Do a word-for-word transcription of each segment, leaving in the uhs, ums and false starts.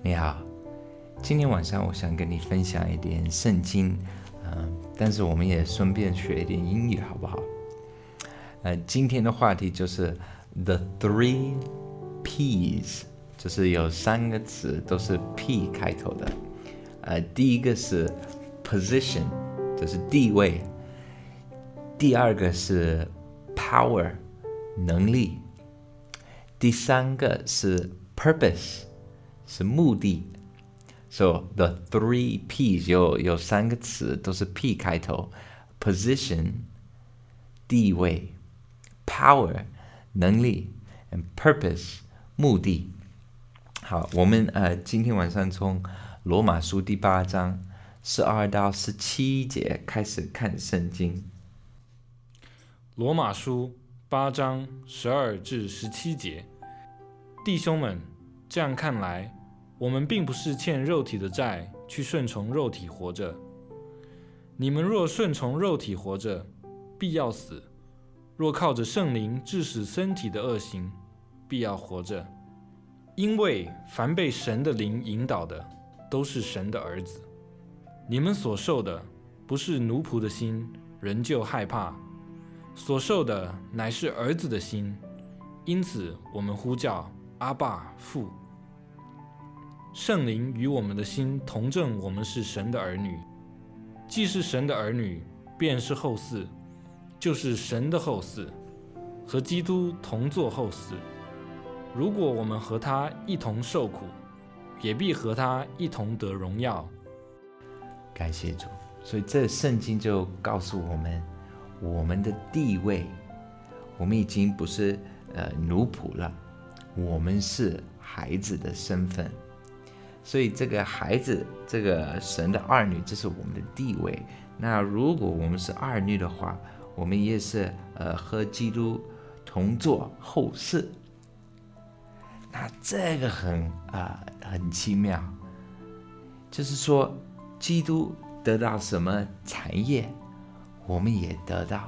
你好，今天晚上我想跟你分享一点圣经，呃、但是我们也顺便学一点英语，好不好？呃，今天的话题就是 The Three P's， 就是有三个词都是 P 开头的。呃，第一个是 Position， 就是地位；第二个是 Power， 能力；第三个是 Purpose，是目的。 So the three P's 有, 有三个词都是 P 开头， Position 地位， Power 能力， and Purpose 目的。好，我们呃今天晚上从罗马书第八章十二到十七节开始看圣经。 罗马书八章十二至十七节，弟兄们，这样看来，我们并不是欠肉体的债，去顺从肉体活着。你们若顺从肉体活着，必要死；若靠着圣灵致死身体的恶行，必要活着。因为凡被神的灵引导的，都是神的儿子。你们所受的，不是奴仆的心，仍旧害怕；所受的，乃是儿子的心。因此，我们呼叫阿爸父。圣灵与我们的心同证，我们是神的儿女。既是神的儿女，便是后嗣，就是神的后嗣，和基督同作后嗣。如果我们和他一同受苦，也必和他一同得荣耀。 感谢主。所以这圣经就告诉我们，我们的地位，我们已经不是呃奴仆了，我们是孩子的身份。所以这个孩子，这个神的儿女，这是我们的地位。那如果我们是儿女的话，我们也是呃和基督同作后嗣。那这个很啊、呃、很奇妙，就是说基督得到什么产业，我们也得到。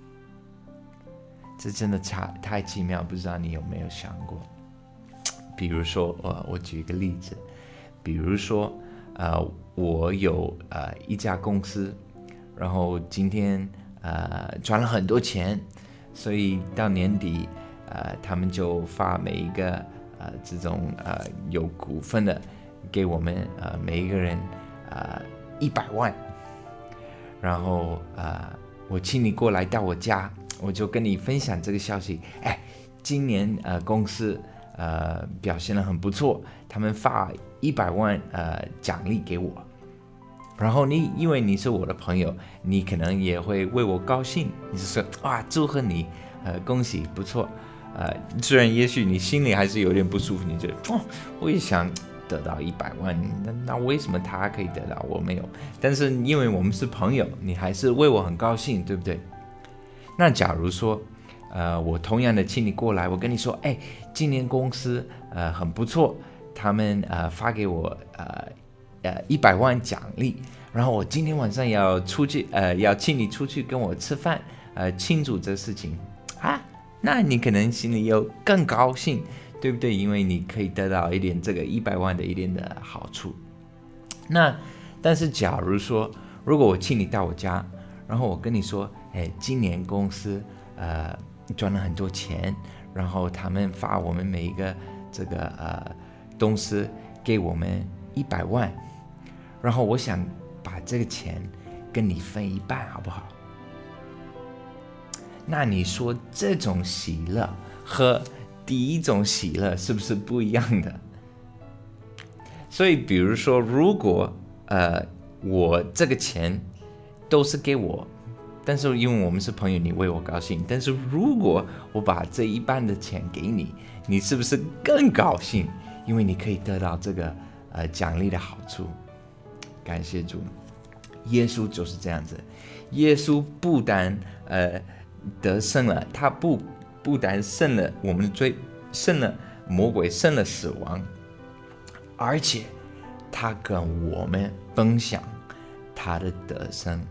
这真的太奇妙，不知道你有没有想过？比如说，呃，我举一个例子。比如说，呃，我有呃一家公司，然后今天呃赚了很多钱，所以到年底，呃，他们就发每一个呃这种呃有股份的，给我们呃每一个人呃一百万，然后呃我请你过来到我家，我就跟你分享这个消息。哎，今年呃公司呃表现得很不错，他们发一百万呃奖励给我，然后你因为你是我的朋友，你可能也会为我高兴，你就说哇祝贺你，呃恭喜不错，呃虽然也许你心里还是有点不舒服，你觉得哦我也想得到一百万，那那为什么他可以得到我没有？但是因为我们是朋友，你还是为我很高兴，对不对？那假如说呃我同样的请你过来，我跟你说，哎，今年公司呃很不错。他们呃发给我呃呃一百万奖励，然后我今天晚上要出去呃要请你出去跟我吃饭，呃庆祝这事情啊，那你可能心里又更高兴，对不对？因为你可以得到一点这个一百万的一点的好处。那但是假如说，如果我请你到我家，然后我跟你说，哎，今年公司呃赚了很多钱，然后他们发我们每一个这个呃。公司给我们一百万，然后我想把这个钱跟你分一半，好不好？那你说这种喜乐和第一种喜乐是不是不一样的？所以，比如说，如果呃我这个钱都是给我，但是因为我们是朋友，你为我高兴。但是如果我把这一半的钱给你，你是不是更高兴？因为你可以得到这个呃奖励的好处。感谢主，耶稣就是这样子。耶稣不但呃得胜了，他不不但胜了我们的罪，胜了魔鬼，胜了死亡，而且他跟我们分享他的得胜。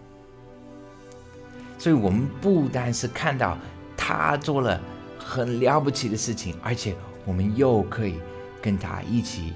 所以我们不但是看到他做了很了不起的事情，而且我们又可以跟他一起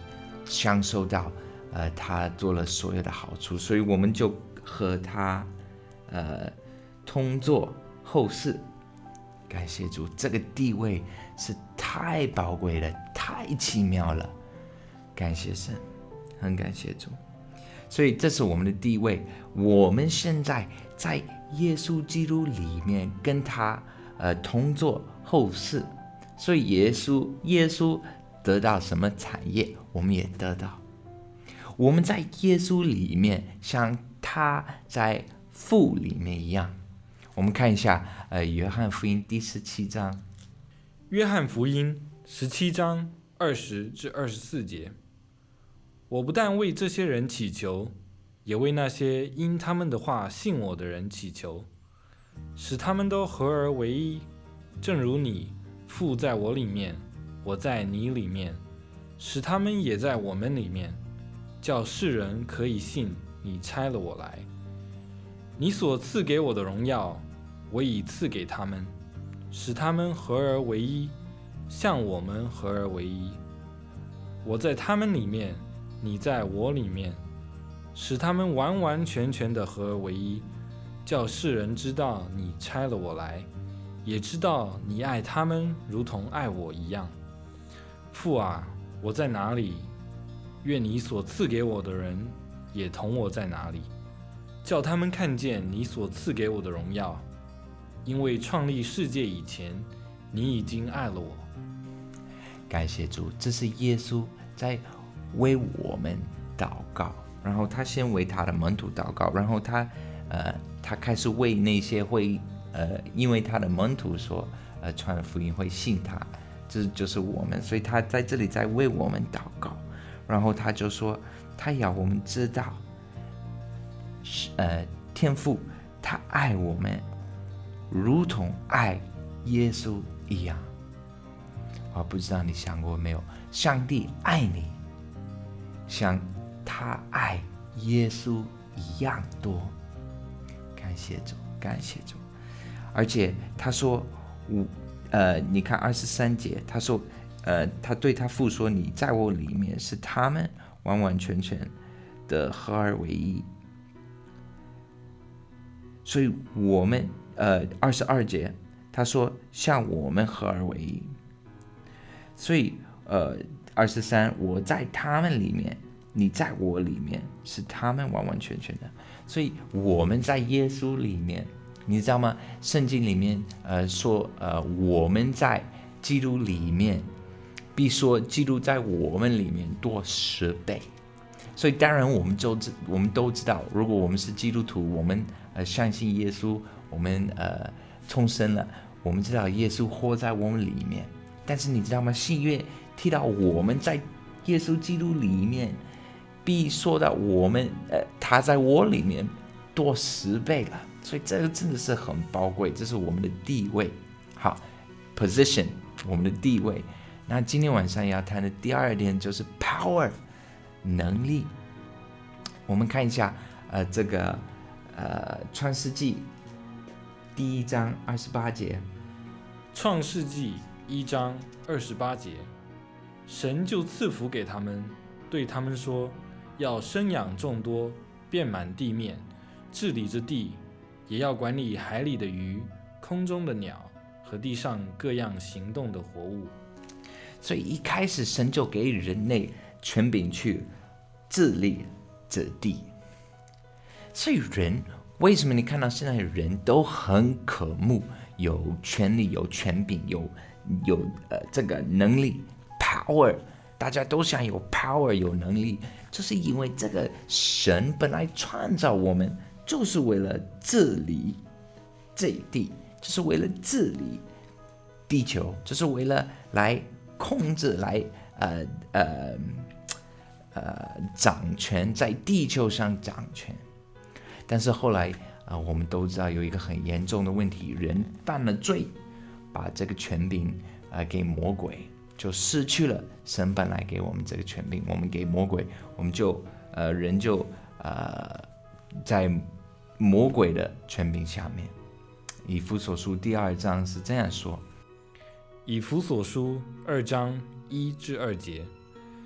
享受到呃他做了所有的好处，所以我们就和他呃同作后世。感谢主，这个地位是太宝贵了，太奇妙了。感谢神，很感谢主。所以这是我们的地位，我们现在在耶稣基督里面跟他呃同作后世，所以耶稣耶稣得到什么产业，我们也得到。我们在耶稣里面，像他在父里面一样。我们看一下，呃，约翰福音第十七章。 约翰福音十七章二十至二十四节。我不但为这些人祈求，也为那些因他们的话信我的人祈求，使他们都合而为一，正如你父在我里面，我在你里面，使他们也在我们里面，叫世人可以信你差了我来。你所赐给我的荣耀，我已赐给他们，使他们合而为一，像我们合而为一。我在他们里面，你在我里面，使他们完完全全的合而为一，叫世人知道你差了我来，也知道你爱他们如同爱我一样。父啊，我在哪里，愿你所赐给我的人也同我在哪里，叫他们看见你所赐给我的荣耀。因为创立世界以前，你已经爱了我。 感谢主，这是耶稣在为我们祷告，然后他先为他的门徒祷告，然后他呃他开始为那些会呃因为他的门徒说呃传了福音会信他，这就是我们，所以他在这里在为我们祷告，然后他就说他要我们知道，呃天父他爱我们如同爱耶稣一样。我不知道你想过没有，上帝爱你像他爱耶稣一样多。感谢主，感谢主。而且他说我呃你看二十三节，他说呃他对他父说，你在我里面，是他们完完全全的合而为一。所以我们呃二十二节他说像我们合而为一。所以呃二十三，我在他们里面，你在我里面，是他们完完全全的。所以我们在耶稣里面，你知道吗？圣经里面呃说呃我们在基督里面，比说基督在我们里面多十倍。所以当然我们就我们都知道，如果我们是基督徒，我们呃相信耶稣，我们呃重生了，我们知道耶稣活在我们里面。但是你知道吗？新约提到我们在耶稣基督里面，比说到我们呃他在我里面多十倍了。所以这个真的是很宝贵，这是我们的地位。好 ，position 我们的地位。那今天晚上要谈的第二点就是 power 能力。我们看一下呃这个呃创世纪第一章二十八节。 创世纪一章二十八节，神就赐福给他们，对他们说，要生养众多，遍满地面，治理着地，也要管理海里的鱼，空中的鸟和地上各样行动的活物。 所以一开始神就给人类权柄去治理这地。所以人为什么你看到现在的人都很渴慕有权利、有权柄、有有呃这个能力 power， 大家都想有 power 有能力，就是因为这个神本来创造我们就是为了治理这地，就是为了治理地球，就是为了来控制来呃呃呃掌权，在地球上掌权。但是后来啊、呃，我们都知道有一个很严重的问题，人犯了罪，把这个权柄呃给魔鬼，就失去了神本来给我们这个权柄，我们给魔鬼，我们就呃人就呃在魔鬼的权柄下面。以弗所书第二章是这样说： 以弗所书二章一至二节，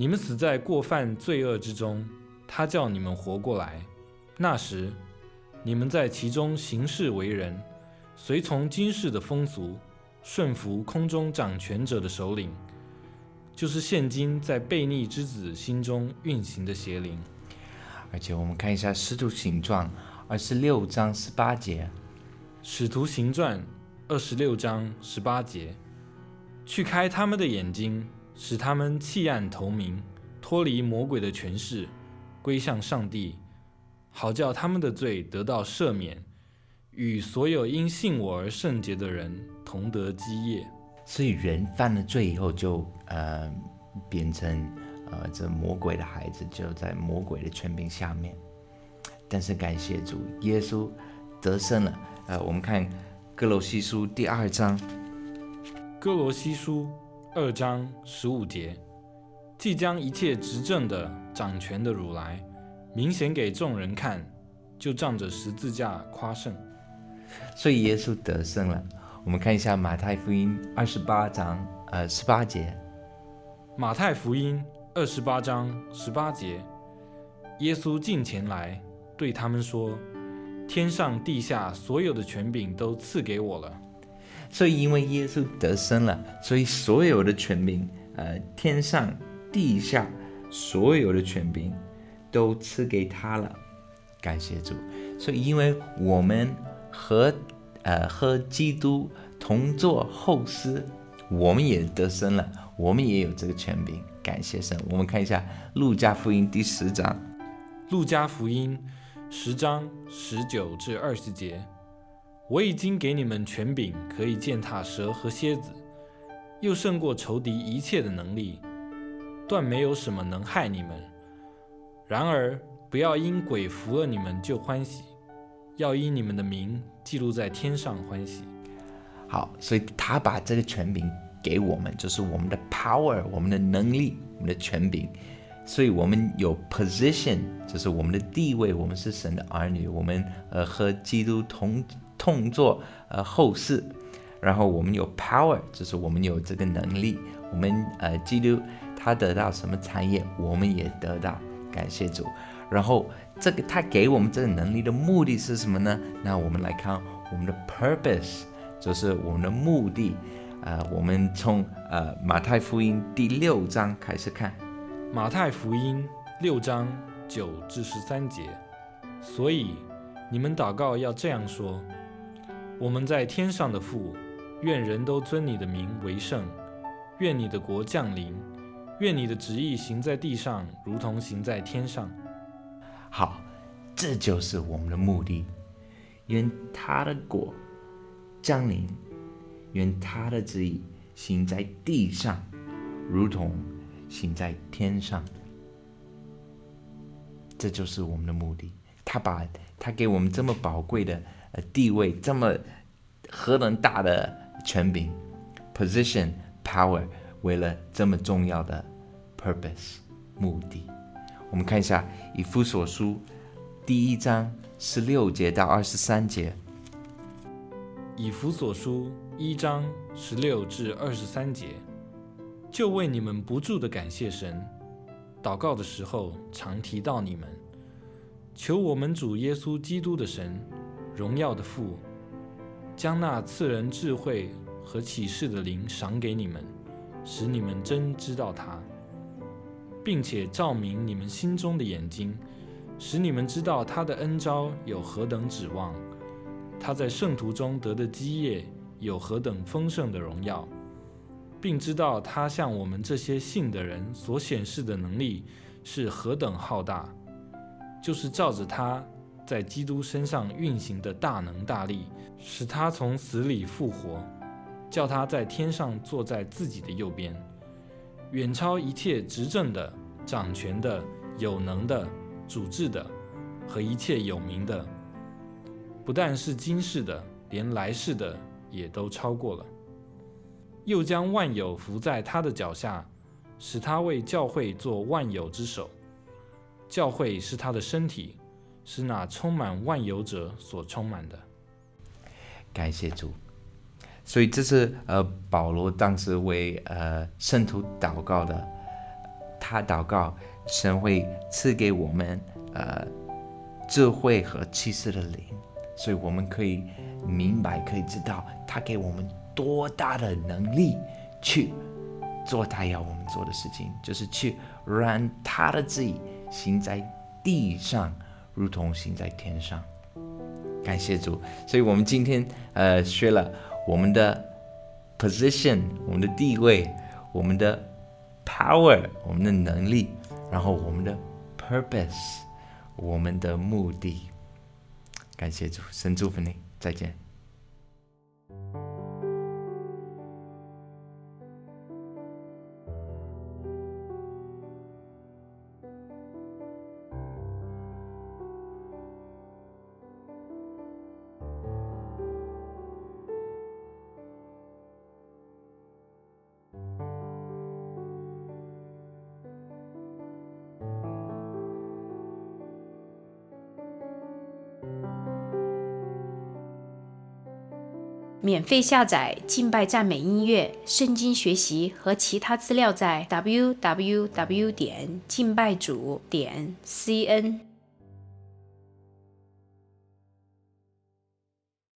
你们死在过犯罪恶之中，他叫你们活过来。那时，你们在其中行事为人，随从今世的风俗，顺服空中掌权者的首领，就是现今在悖逆之子心中运行的邪灵。 而且我们看一下《使徒行传》二十六章十八节，《 使徒行传》二十六章十八节，去开他们的眼睛，使他们弃暗投明，脱离魔鬼的权势，归向上帝，好叫他们的罪得到赦免，与所有因信我而圣洁的人同得基业。 所以人犯了罪以后就呃变成呃这魔鬼的孩子，就在魔鬼的权柄下面。但是感谢主，耶稣得胜了。呃，我们看哥罗西书第二章， 哥罗西书二章十五节，即将一切执政的、掌权的掳来，明显给众人看，就仗着十字架夸胜。 所以耶稣得胜了。我们看一下马太福音二十八章呃十八节， 马太福音二十八章十八节，耶稣近前来对他们说：“天上地下所有的权柄都赐给我了。” 所以因为耶稣得胜了，所以所有的权柄，呃，天上地下所有的权柄都赐给他了。感谢主。所以因为我们和呃和基督同作后嗣，我们也得胜了，我们也有这个权柄。感谢神。我们看一下路加福音第十章， 路加福音十章十九至二十节，我已经给你们权柄，可以践踏蛇和蝎子，又胜过仇敌一切的能力，断没有什么能害你们。然而不要因鬼服了你们就欢喜，要因你们的名记录在天上欢喜。 好，所以他把这个权柄给我们，就是我们的 power， 我们的能力，我们的权柄。所以我们有 position， 就是我们的地位，我们是神的儿女，我们呃和基督同同作呃后嗣。然后我们有 power， 就是我们有这个能力，我们呃基督他得到什么产业，我们也得到。感谢主。然后这个他给我们这个能力的目的是什么呢？那我们来看我们的 purpose， 就是我们的目的。呃，我们从呃马太福音第六章开始看。 马太福音六章九至十三节，所以你们祷告要这样说：我们在天上的父，愿人都尊你的名为圣，愿你的国降临，愿你的旨意行在地上，如同行在天上。 好，这就是我们的目的。愿他的国降临，愿他的旨意行在地上，如同行在天上。这就是我们的目的。他把他给我们这么宝贵的呃地位，这么何等大的权柄 position power， 为了这么重要的 purpose 目的。我们看一下以弗所书第一章十六节到二十三节。 以弗所书一章十六至二十三节，就为你们不住的感谢神，祷告的时候常提到你们，求我们主耶稣基督的神，荣耀的父，将那赐人智慧和启示的灵赏给你们，使你们真知道他，并且照明你们心中的眼睛，使你们知道他的恩召有何等指望，他在圣徒中得的基业有何等丰盛的荣耀，并知道他向我们这些信的人所显示的能力是何等浩大，就是照着他在基督身上运行的大能大力，使他从死里复活，叫他在天上坐在自己的右边，远超一切执政的、掌权的、有能的、主治的和一切有名的，不但是今世的，连来世的也都超过了。又将万有伏在他的脚下，使他为教会做万有之首。教会是他的身体，是那充满万有者所充满的。 感谢主。所以这是呃保罗当时为呃圣徒祷告的，他他祷告，神会赐给我们呃智慧和启示的灵，所以我们可以明白，可以知道他给我们多大的能力去做他要我们做的事情，就是去让他的旨意行在地上，如同行在天上。感谢主，所以我们今天呃学了我们的 position， 我们的地位，我们的 power， 我们的能力，然后我们的 purpose， 我们的目的。感谢主，神祝福你，再见。 免费下载敬拜赞美音乐、圣经学习和其他资料在 double-u double-u double-u 点敬拜主点 c n。